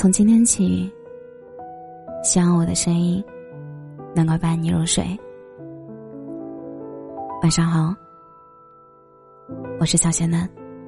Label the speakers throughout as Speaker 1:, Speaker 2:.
Speaker 1: 从今天起，希望我的声音能够伴你入睡。晚上好，我是小仙嫩。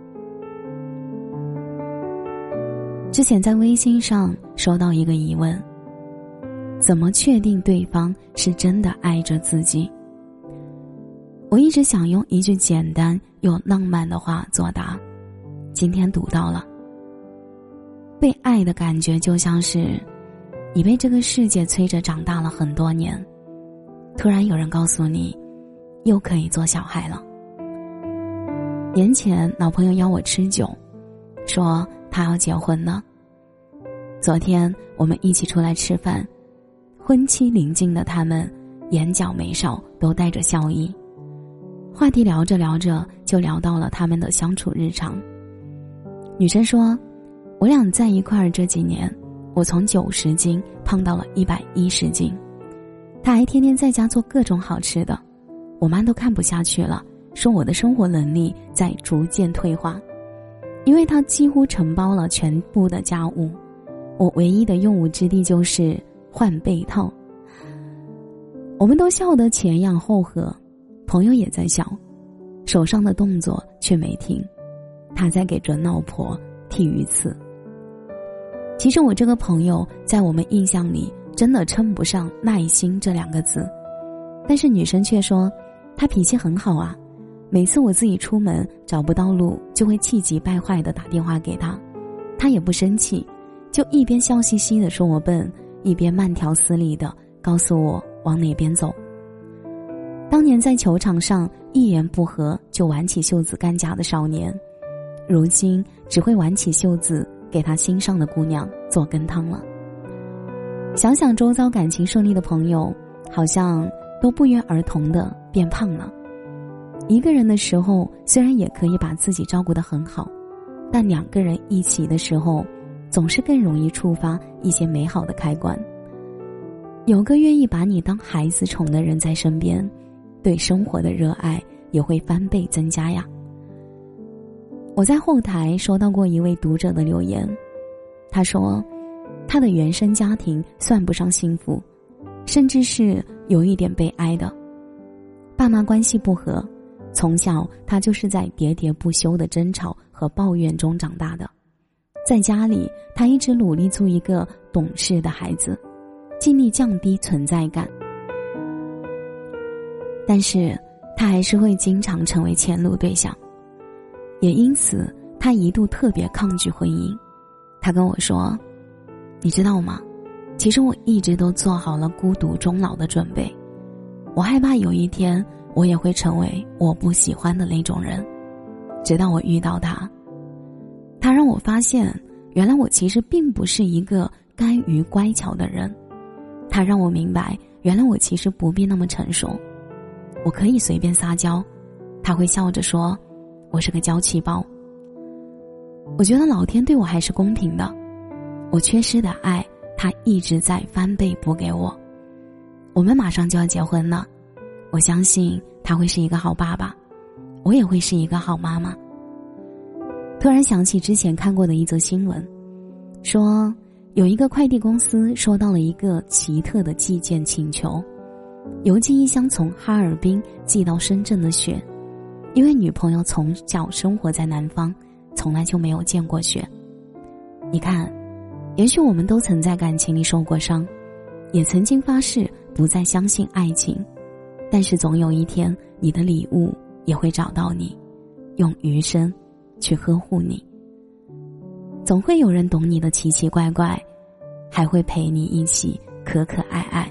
Speaker 1: 之前在微信上收到一个疑问，怎么确定对方是真的爱着自己？我一直想用一句简单又浪漫的话作答，今天读到了。被爱的感觉就像是你被这个世界催着长大了很多年，突然有人告诉你又可以做小孩了。年前老朋友邀我吃酒，说他要结婚呢。昨天我们一起出来吃饭，婚期临近的他们眼角眉梢都带着笑意，话题聊着聊着就聊到了他们的相处日常。女生说，我俩在一块儿这几年，我从90斤胖到了110斤，他还天天在家做各种好吃的，我妈都看不下去了，说我的生活能力在逐渐退化，因为他几乎承包了全部的家务，我唯一的用武之地就是换被套。我们都笑得前仰后合，朋友也在笑，手上的动作却没停，他在给准老婆剃鱼刺。其实我这个朋友在我们印象里真的称不上耐心这2个字，但是女生却说他脾气很好啊，每次我自己出门找不到路，就会气急败坏地打电话给他，他也不生气，就一边笑嘻嘻地说我笨，一边慢条斯理地告诉我往哪边走。当年在球场上一言不合就挽起袖子干架的少年，如今只会挽起袖子给他心上的姑娘做羹汤了。想想周遭感情顺利的朋友，好像都不约而同地变胖了。一个人的时候虽然也可以把自己照顾得很好，但2个人一起的时候总是更容易触发一些美好的开关。有个愿意把你当孩子宠的人在身边，对生活的热爱也会翻倍增加呀。我在后台收到过一位读者的留言，他说他的原生家庭算不上幸福，甚至是有一点悲哀的。爸妈关系不和，从小他就是在喋喋不休的争吵和抱怨中长大的。在家里他一直努力做一个懂事的孩子，尽力降低存在感，但是他还是会经常成为迁怒对象。也因此他一度特别抗拒婚姻。他跟我说，你知道吗，其实我一直都做好了孤独终老的准备，我害怕有一天我也会成为我不喜欢的那种人。直到我遇到他，他让我发现原来我其实并不是一个甘于乖巧的人，他让我明白原来我其实不必那么成熟，我可以随便撒娇，他会笑着说我是个娇气包。我觉得老天对我还是公平的，我缺失的爱他一直在翻倍补给我。我们马上就要结婚了，我相信他会是一个好爸爸，我也会是一个好妈妈。突然想起之前看过的一则新闻，说有一个快递公司收到了一个奇特的寄件请求，邮寄一箱从哈尔滨寄到深圳的雪，因为女朋友从小生活在南方，从来就没有见过雪。你看，也许我们都曾在感情里受过伤，也曾经发誓不再相信爱情，但是总有一天你的礼物也会找到你，用余生去呵护你。总会有人懂你的奇奇怪怪，还会陪你一起可可爱爱。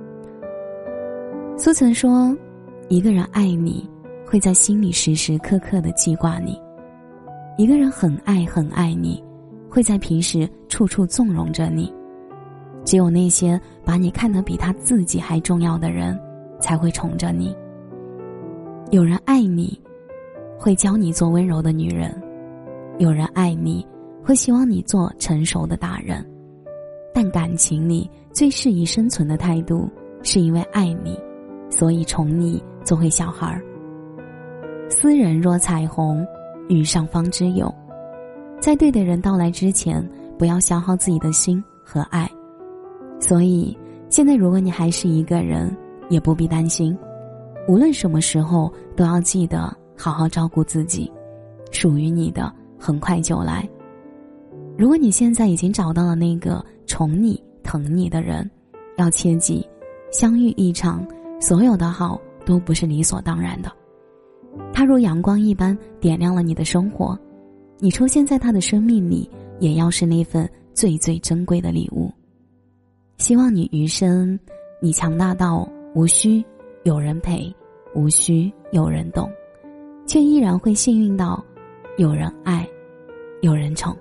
Speaker 1: 苏曾说，一个人爱你，会在心里时时刻刻地记挂你；一个人很爱很爱你，会在平时处处纵容着你。只有那些把你看得比他自己还重要的人，才会宠着你。有人爱你，会教你做温柔的女人；有人爱你，会希望你做成熟的大人。但感情里最适宜生存的态度，是因为爱你，所以宠你做回小孩。斯人若彩虹，遇上方知有。在对的人到来之前， 不要消耗自己的心和爱。所以现在如果你还是一个人，也不必担心，无论什么时候都要记得好好照顾自己，属于你的很快就来。如果你现在已经找到了那个宠你疼你的人，要切记，相遇一场，所有的好都不是理所当然的。他如阳光一般点亮了你的生活，你出现在他的生命里，也要是那份最最珍贵的礼物。希望你余生，你强大到无需有人陪，无需有人懂，却依然会幸运到有人爱，有人宠。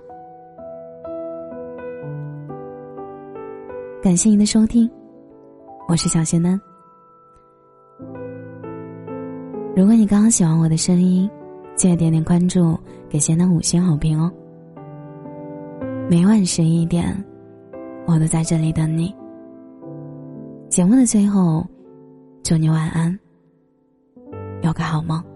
Speaker 1: 感谢您的收听，我是小仙丹。如果你刚刚喜欢我的声音，记得点点关注，给仙丹5星好评哦。每晚11点，我都在这里等你。节目的最后，祝你晚安，有个好梦。